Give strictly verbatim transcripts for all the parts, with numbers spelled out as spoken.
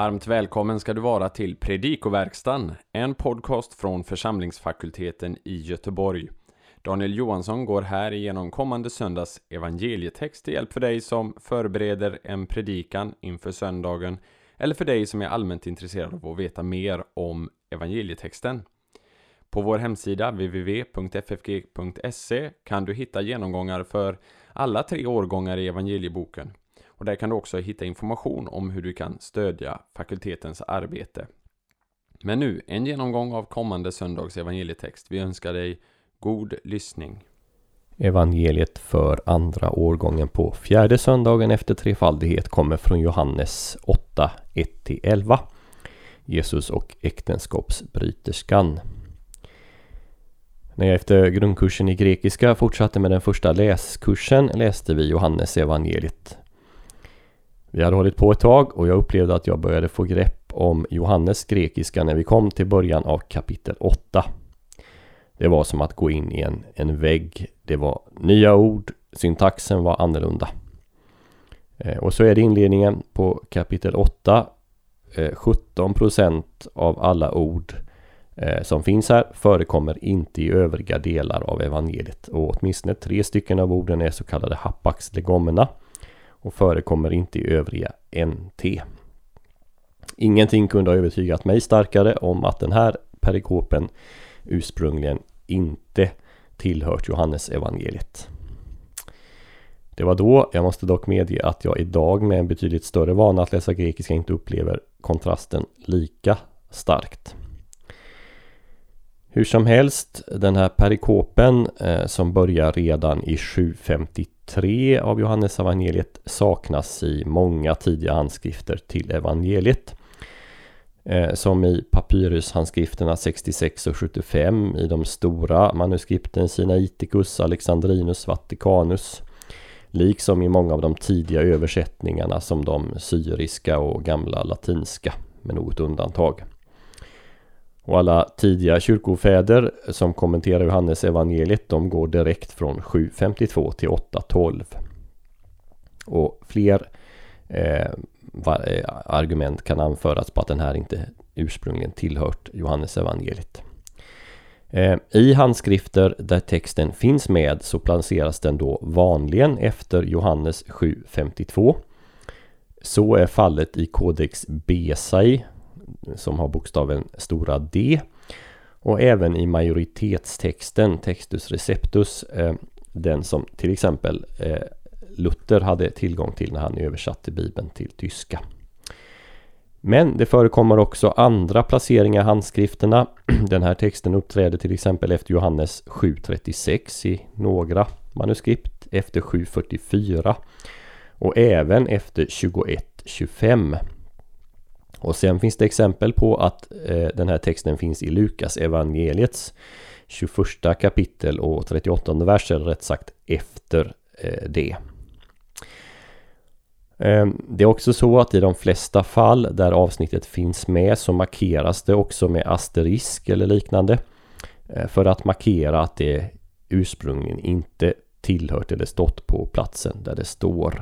Varmt välkommen ska du vara till Predikoverkstan, en podcast från församlingsfakulteten i Göteborg. Daniel Johansson går här igenom kommande söndags evangelietext till hjälp för dig som förbereder en predikan inför söndagen eller för dig som är allmänt intresserad av att veta mer om evangelietexten. På vår hemsida w w w punkt f f g punkt s e kan du hitta genomgångar för alla tre årgångar i evangelieboken. Och där kan du också hitta information om hur du kan stödja fakultetens arbete. Men nu, en genomgång av kommande söndags evangelietext. Vi önskar dig god lyssning. Evangeliet för andra årgången på fjärde söndagen efter trefaldighet kommer från Johannes åtta, ett till elva. Jesus och äktenskapsbryterskan. När jag efter grundkursen i grekiska fortsatte med den första läskursen läste vi Johannes evangeliet. Vi hade hållit på ett tag och jag upplevde att jag började få grepp om Johannes grekiska när vi kom till början av kapitel åtta. Det var som att gå in i en, en vägg. Det var nya ord, syntaxen var annorlunda. Eh, och så är det inledningen på kapitel åtta. Eh, sjutton procent av alla ord eh, som finns här förekommer inte i övriga delar av evangeliet. Och åtminstone tre stycken av orden är så kallade hapax-legomena och förekommer inte i övriga N T. Ingenting kunde ha övertygat mig starkare om att den här perikopen ursprungligen inte tillhört Johannes evangeliet. Det var då, jag måste dock medge att jag idag med en betydligt större vana att läsa grekiska inte upplever kontrasten lika starkt. Hur som helst, den här perikopen eh, som börjar redan i sju femtiotre av Johannes evangeliet saknas i många tidiga handskrifter till evangeliet. Eh, som i papyrushandskrifterna sextiosex och sjuttiofem, i de stora manuskripten Sinaiticus, Alexandrinus, Vaticanus, liksom i många av de tidiga översättningarna som de syriska och gamla latinska med något undantag. Och alla tidiga kyrkofäder som kommenterar Johannes evangeliet, de går direkt från sju femtiotvå till åtta tolv. Och fler eh, argument kan anföras på att den här inte ursprungligen tillhört Johannes evangeliet. Eh, I handskrifter där texten finns med så placeras den då vanligen efter Johannes sju femtiotvå. Så är fallet i Codex Besae som har bokstaven stora D, och även i majoritetstexten Textus Receptus, eh, den som till exempel eh, Luther hade tillgång till när han översatte Bibeln till tyska. Men det förekommer också andra placeringar i handskrifterna. Den här texten uppträder till exempel efter Johannes sju trettiosex i några manuskript, efter sju fyrtiofyra och även efter tjugoett tjugofem. Och sen finns det exempel på att eh, den här texten finns i Lukas evangeliets tjugoförsta kapitel och trettioåttonde vers, eller rätt sagt efter eh, det. Eh, det är också så att i de flesta fall där avsnittet finns med så markeras det också med asterisk eller liknande eh, för att markera att det ursprungligen inte tillhört eller stått på platsen där det står.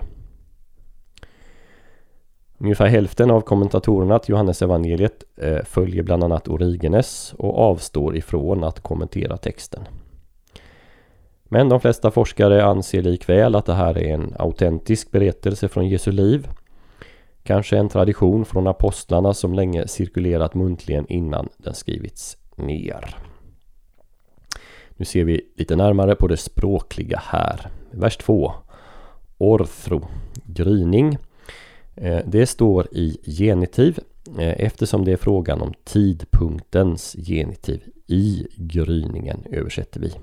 Ungefär hälften av kommentatorerna till Johannes evangeliet eh, följer bland annat Origenes och avstår ifrån att kommentera texten. Men de flesta forskare anser likväl att det här är en autentisk berättelse från Jesu liv. Kanske en tradition från apostlarna som länge cirkulerat muntligen innan den skrivits ner. Nu ser vi lite närmare på det språkliga här. Vers två. Orthro, gryning. Det står i genitiv eftersom det är frågan om tidpunktens genitiv. I gryningen översätter vi.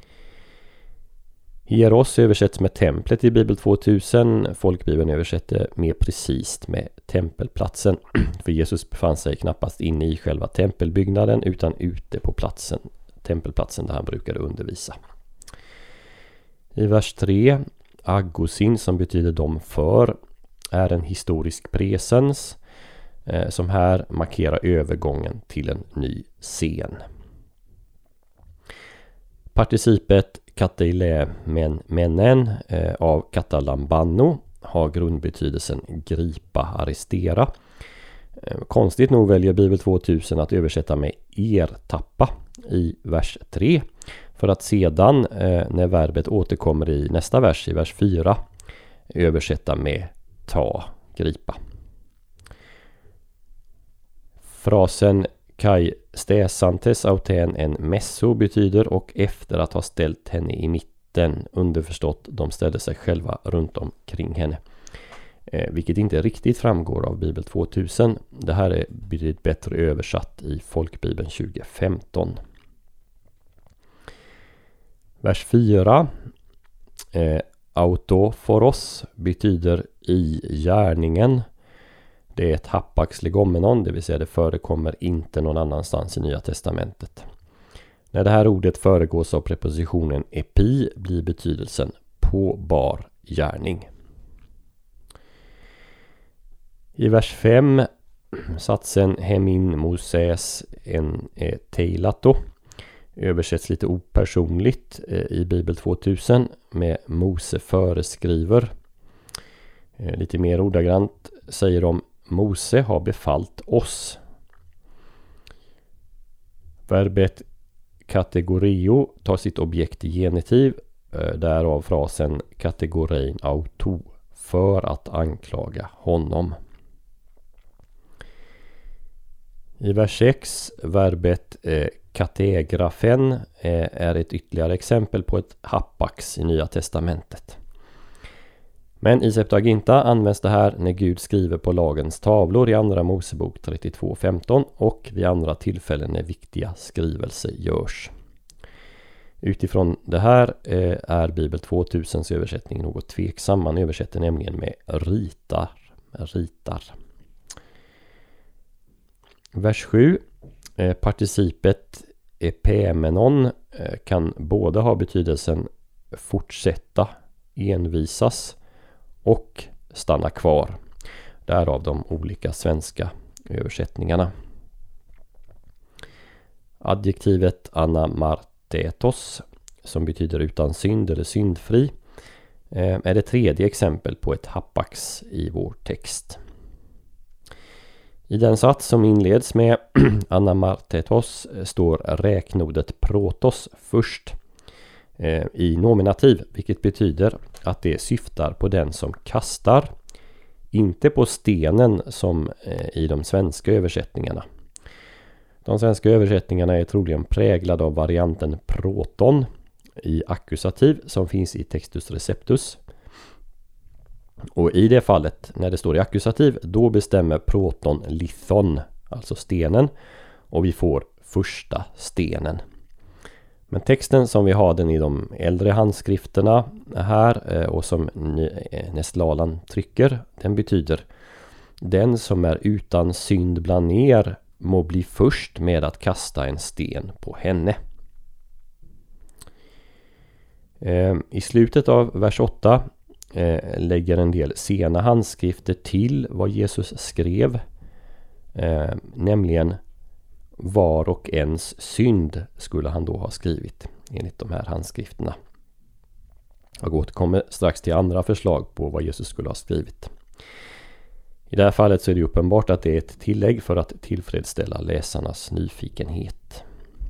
Hieros översätts med templet i Bibel tvåtusen. Folkbibeln översätter mer precis med tempelplatsen. För Jesus befann sig knappast inne i själva tempelbyggnaden utan ute på platsen, tempelplatsen där han brukade undervisa. I vers tre, agosin som betyder de för, är en historisk presens eh, som här markerar övergången till en ny scen. Participet katailemenen eh, av katalambano har grundbetydelsen gripa, arrestera. Konstigt nog väljer Bibel tvåtusen att översätta med ertappa i vers tre. För att sedan när verbet återkommer i nästa vers, i vers fyra, översätta med ta, gripa. Frasen kai stäsantes auten en messo betyder och efter att ha ställt henne i mitten, underförstått de ställde sig själva runt omkring henne. Eh, vilket inte riktigt framgår av Bibel tvåtusen. Det här är betydligt bättre översatt i Folkbibeln tjugo femton. Vers fyra. Eh, autoforos betyder i gärningen. Det är ett hapax legomenon, det vill säga det förekommer inte någon annanstans i Nya testamentet. När det här ordet föregås av prepositionen epi blir betydelsen på bar gärning. I vers fem, satsen hemin moses en teilato översätts lite opersonligt i Bibel tvåtusen med Mose föreskriver. Lite mer ordagrant säger de Mose har befallt oss. Verbet kategorio tar sitt objekt i genitiv, därav frasen kategorin auto, för att anklaga honom. I vers sex, verbet eh, kategrafen eh, är ett ytterligare exempel på ett hapax i Nya testamentet. Men i Septuaginta används det här när Gud skriver på lagens tavlor i andra Mosebok trettiotvå femton och vid andra tillfällen när viktiga skrivelser görs. Utifrån det här eh, är Bibel tvåtusens översättning något tveksam. Man översätter nämligen med ritar. ritar. Vers sju. Eh, participet epemenon eh, kan både ha betydelsen fortsätta, envisas och stanna kvar. Därav de olika svenska översättningarna. Adjektivet anamartetos, som betyder utan synd eller syndfri, eh, är det tredje exempel på ett hapax i vår text. I den sats som inleds med anamartetos står räknordet protos först eh, i nominativ, vilket betyder att det syftar på den som kastar, inte på stenen som eh, i de svenska översättningarna. De svenska översättningarna är troligen präglade av varianten proton i ackusativ som finns i Textus Receptus. Och i det fallet, när det står i ackusativ, då bestämmer proton lithon, alltså stenen, och vi får första stenen. Men texten som vi har den i de äldre handskrifterna här och som Nestlalan trycker, den betyder den som är utan synd bland er må bli först med att kasta en sten på henne. I slutet av vers åtta eh, lägger en del sena handskrifter till vad Jesus skrev, eh, nämligen var och ens synd skulle han då ha skrivit enligt de här handskrifterna. Jag återkommer strax till andra förslag på vad Jesus skulle ha skrivit. I det här fallet så är det uppenbart att det är ett tillägg för att tillfredsställa läsarnas nyfikenhet.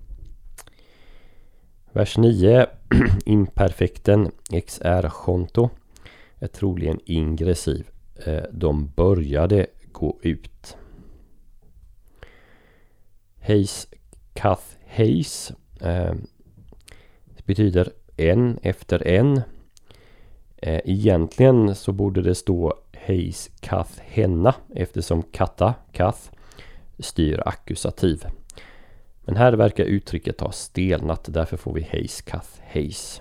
Vers nio. Imperfekten ex ergonto är troligen ingressiv. De började gå ut. Heis kath heis eh, betyder en efter en. Eh, egentligen så borde det stå heis kath henna eftersom katta, kath, styr ackusativ. Men här verkar uttrycket ha stelnat, därför får vi heis kath heis.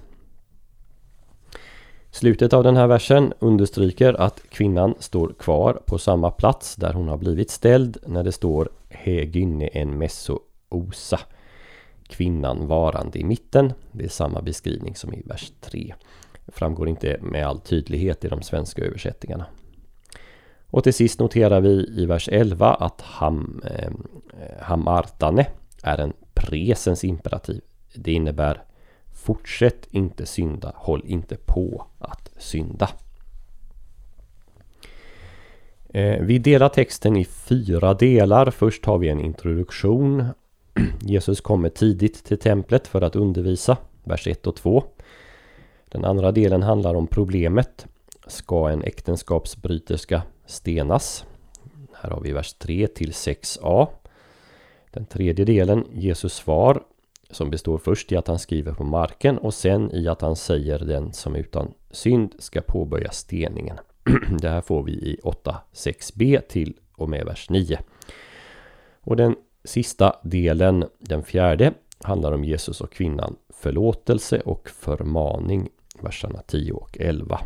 Slutet av den här versen understryker att kvinnan står kvar på samma plats där hon har blivit ställd när det står he gynne en messo osa. Kvinnan varande i mitten. Det är samma beskrivning som i vers tre. Det framgår inte med all tydlighet i de svenska översättningarna. Och till sist noterar vi i vers elva att ham, eh, hamartane är en presens imperativ. Det innebär fortsätt inte synda, håll inte på att synda. Vi delar texten i fyra delar. Först har vi en introduktion. Jesus kommer tidigt till templet för att undervisa, vers ett och två. Den andra delen handlar om problemet. Ska en äktenskapsbryterska stenas? Här har vi vers tre till sex a. Den tredje delen, Jesus svar, som består först i att han skriver på marken och sen i att han säger den som utan synd ska påbörja steningen. Det här får vi i åtta sex b till och med vers nio. Och den sista delen, den fjärde, handlar om Jesus och kvinnan, förlåtelse och förmaning, verserna tio och elva.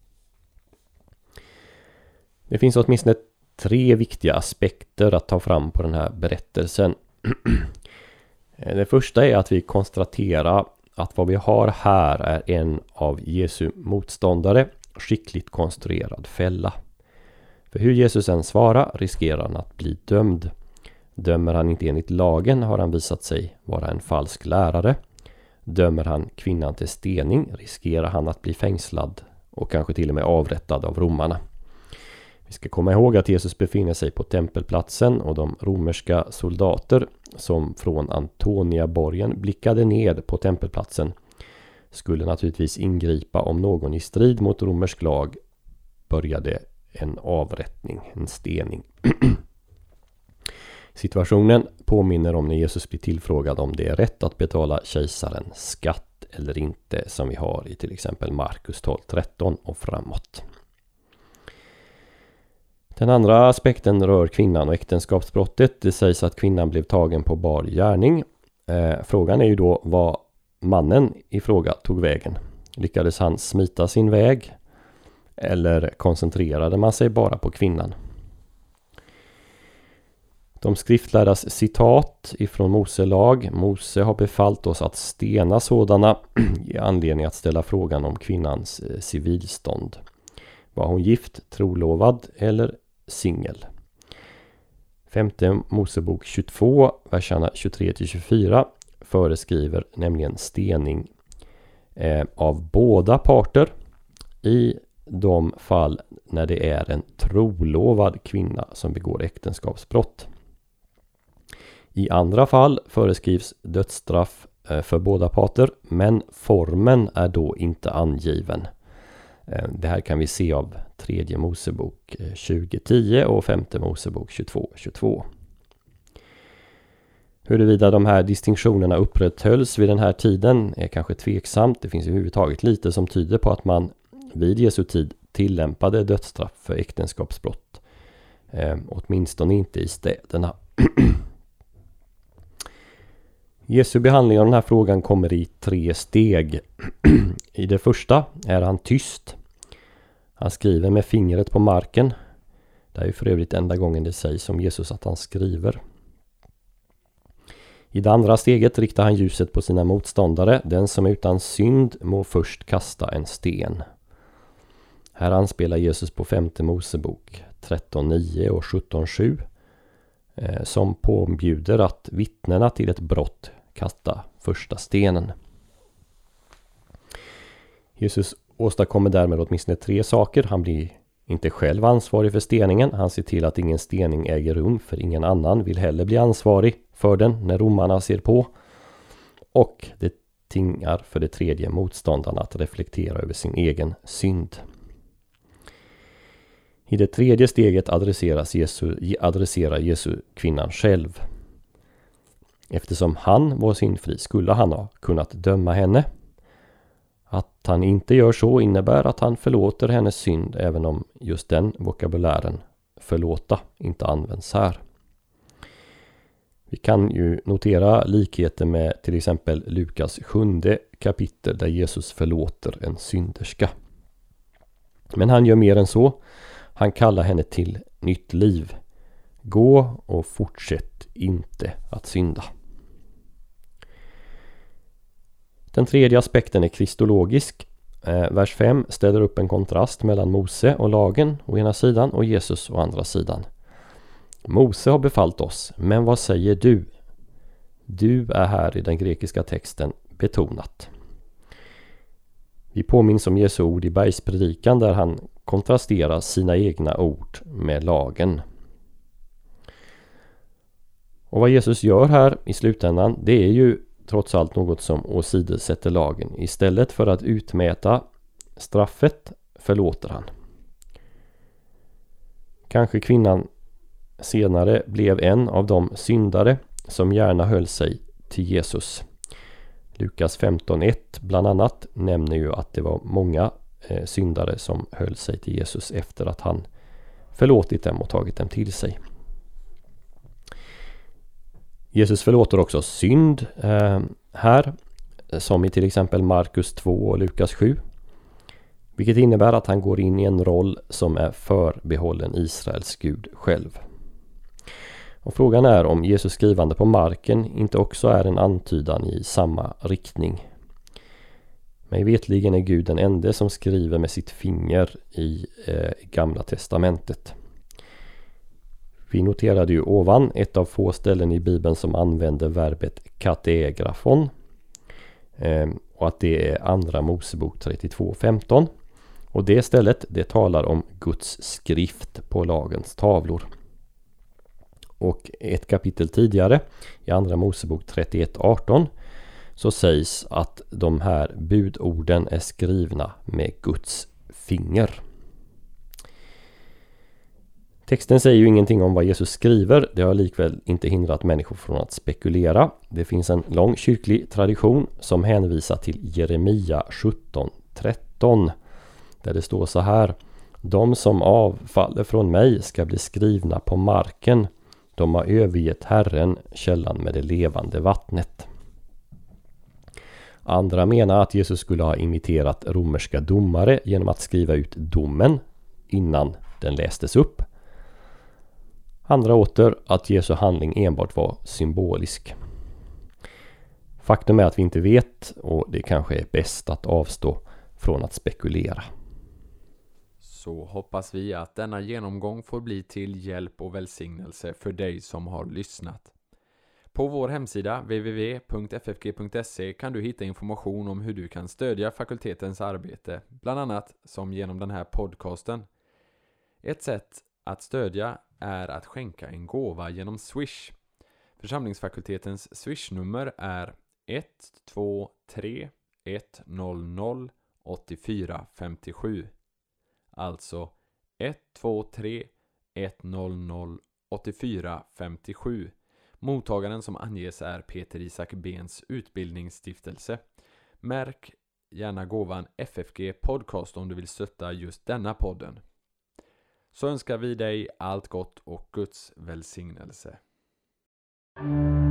Det finns åtminstone tre viktiga aspekter att ta fram på den här berättelsen. Det första är att vi konstaterar att vad vi har här är en av Jesu motståndare skickligt konstruerad fälla. För hur Jesus än svarar riskerar han att bli dömd. Dömer han inte enligt lagen har han visat sig vara en falsk lärare. Dömer han kvinnan till stening riskerar han att bli fängslad och kanske till och med avrättad av romarna. Vi ska komma ihåg att Jesus befinner sig på tempelplatsen och de romerska soldater som från Antoniaborgen blickade ned på tempelplatsen skulle naturligtvis ingripa om någon i strid mot romersk lag började en avrättning, en stening. Situationen påminner om när Jesus blir tillfrågad om det är rätt att betala kejsaren skatt eller inte, som vi har i till exempel Markus tolv tretton och framåt. Den andra aspekten rör kvinnan och äktenskapsbrottet. Det sägs att kvinnan blev tagen på bar gärning. Eh, frågan är ju då vad mannen i fråga tog vägen. Lyckades han smita sin väg? Eller koncentrerade man sig bara på kvinnan? De skriftlärdas citat ifrån Mose lag. Mose har befallt oss att stena sådana i anledning att ställa frågan om kvinnans eh, civilstånd. Var hon gift, trolovad eller singel? Femte Mosebok tjugotvå, verserna tjugotre till tjugofyra föreskriver nämligen stening eh, av båda parter i de fall när det är en trolovad kvinna som begår äktenskapsbrott. I andra fall föreskrivs dödsstraff eh, för båda parter, men formen är då inte angiven. Det här kan vi se av tredje Mosebok tjugo tio och femte Mosebok tjugotvå tjugotvå. Huruvida de här distinktionerna upprätthölls vid den här tiden är kanske tveksamt. Det finns överhuvudtaget lite som tyder på att man vid Jesu tid tillämpade dödsstraff för äktenskapsbrott. Eh, åtminstone inte i städerna. Jesu behandling av den här frågan kommer i tre steg. I det första är han tyst. Han skriver med fingret på marken. Det är ju för övrigt enda gången det sägs om Jesus att han skriver. I det andra steget riktar han ljuset på sina motståndare. Den som utan synd må först kasta en sten. Här anspelar Jesus på femte Mosebok tretton nio och sjutton sju. Som påbjuder att vittnena till ett brott kasta första stenen. Jesus åstadkommer därmed åtminstone tre saker. Han blir inte själv ansvarig för steningen. Han ser till att ingen stening äger rum, för ingen annan vill heller bli ansvarig för den när romarna ser på. Och det tvingar för det tredje motståndarna att reflektera över sin egen synd. I det tredje steget adresseras Jesu, adresserar Jesu kvinnan själv. Eftersom han var syndfri skulle han ha kunnat döma henne. Att han inte gör så innebär att han förlåter hennes synd, även om just den vokabulären förlåta inte används här. Vi kan ju notera likheter med till exempel Lukas sjunde kapitel där Jesus förlåter en synderska. Men han gör mer än så. Han kallar henne till nytt liv. Gå och fortsätt inte att synda. Den tredje aspekten är kristologisk. Eh, vers fem ställer upp en kontrast mellan Mose och lagen å ena sidan och Jesus å andra sidan. Mose har befallt oss, men vad säger du? Du är här i den grekiska texten betonat. Vi påminns om Jesu ord i bergspredikan där han kontrastera sina egna ord med lagen. Och vad Jesus gör här i slutändan, det är ju trots allt något som åsidosätter lagen. Istället för att utmäta straffet förlåter han. Kanske kvinnan senare blev en av de syndare som gärna höll sig till Jesus. Lukas femton ett bland annat nämner ju att det var många eh, syndare som höll sig till Jesus efter att han förlåtit dem och tagit dem till sig. Jesus förlåter också synd eh, här, som i till exempel Markus två och Lukas sju. Vilket innebär att han går in i en roll som är förbehållen Israels Gud själv. Och frågan är om Jesus skrivande på marken inte också är en antydan i samma riktning. Men vetligen är Gud den enda som skriver med sitt finger i eh, Gamla testamentet. Vi noterade ju ovan ett av få ställen i Bibeln som använder verbet kategrafon. Eh, och att det är andra Mosebok trettiotvå femton. Och det stället det talar om Guds skrift på lagens tavlor. Och ett kapitel tidigare i andra Mosebok trettioett arton så sägs att de här budorden är skrivna med Guds finger. Texten säger ju ingenting om vad Jesus skriver. Det har likväl inte hindrat människor från att spekulera. Det finns en lång kyrklig tradition som hänvisar till Jeremia sjutton tretton. Där det står så här: de som avfaller från mig ska bli skrivna på marken. De har övergett Herren, källan med det levande vattnet. Andra menar att Jesus skulle ha imiterat romerska domare genom att skriva ut domen innan den lästes upp. Andra åter att Jesu handling enbart var symbolisk. Faktum är att vi inte vet, och det kanske är bäst att avstå från att spekulera. Så hoppas vi att denna genomgång får bli till hjälp och välsignelse för dig som har lyssnat. På vår hemsida w w w punkt f f g punkt s e kan du hitta information om hur du kan stödja fakultetens arbete, bland annat som genom den här podcasten. Ett sätt att stödja är att skänka en gåva genom Swish. Församlingsfakultetens Swish-nummer är ett två tre ett noll noll åtta fyra fem sju. Alltså ett två tre ett noll noll åtta fyra fem sju. Mottagaren som anges är Peter Isak Bens utbildningsstiftelse. Märk gärna gåvan F F G Podcast om du vill stötta just denna podden. Så önskar vi dig allt gott och Guds välsignelse.